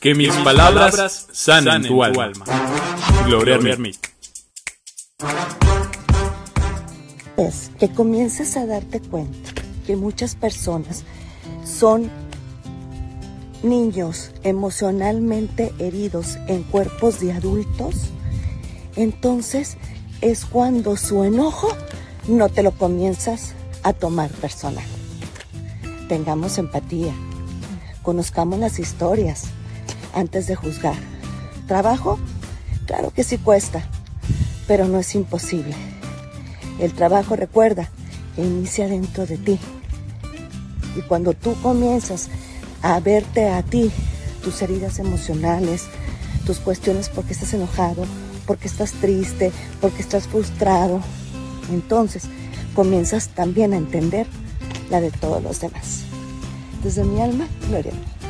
Que mis palabras sanen tu alma. Gloria Hermit. Es que comiences a darte cuenta que muchas personas son niños emocionalmente heridos en cuerpos de adultos. Entonces es cuando su enojo no te lo comienzas a tomar personal. Tengamos empatía, conozcamos las historias antes de juzgar. ¿Trabajo? Claro que sí cuesta, pero no es imposible. El trabajo, recuerda, que inicia dentro de ti. Y cuando tú comienzas a verte a ti, tus heridas emocionales, tus cuestiones por qué estás enojado, por qué estás triste, por qué estás frustrado, entonces comienzas también a entender la de todos los demás. Desde mi alma, Gloria.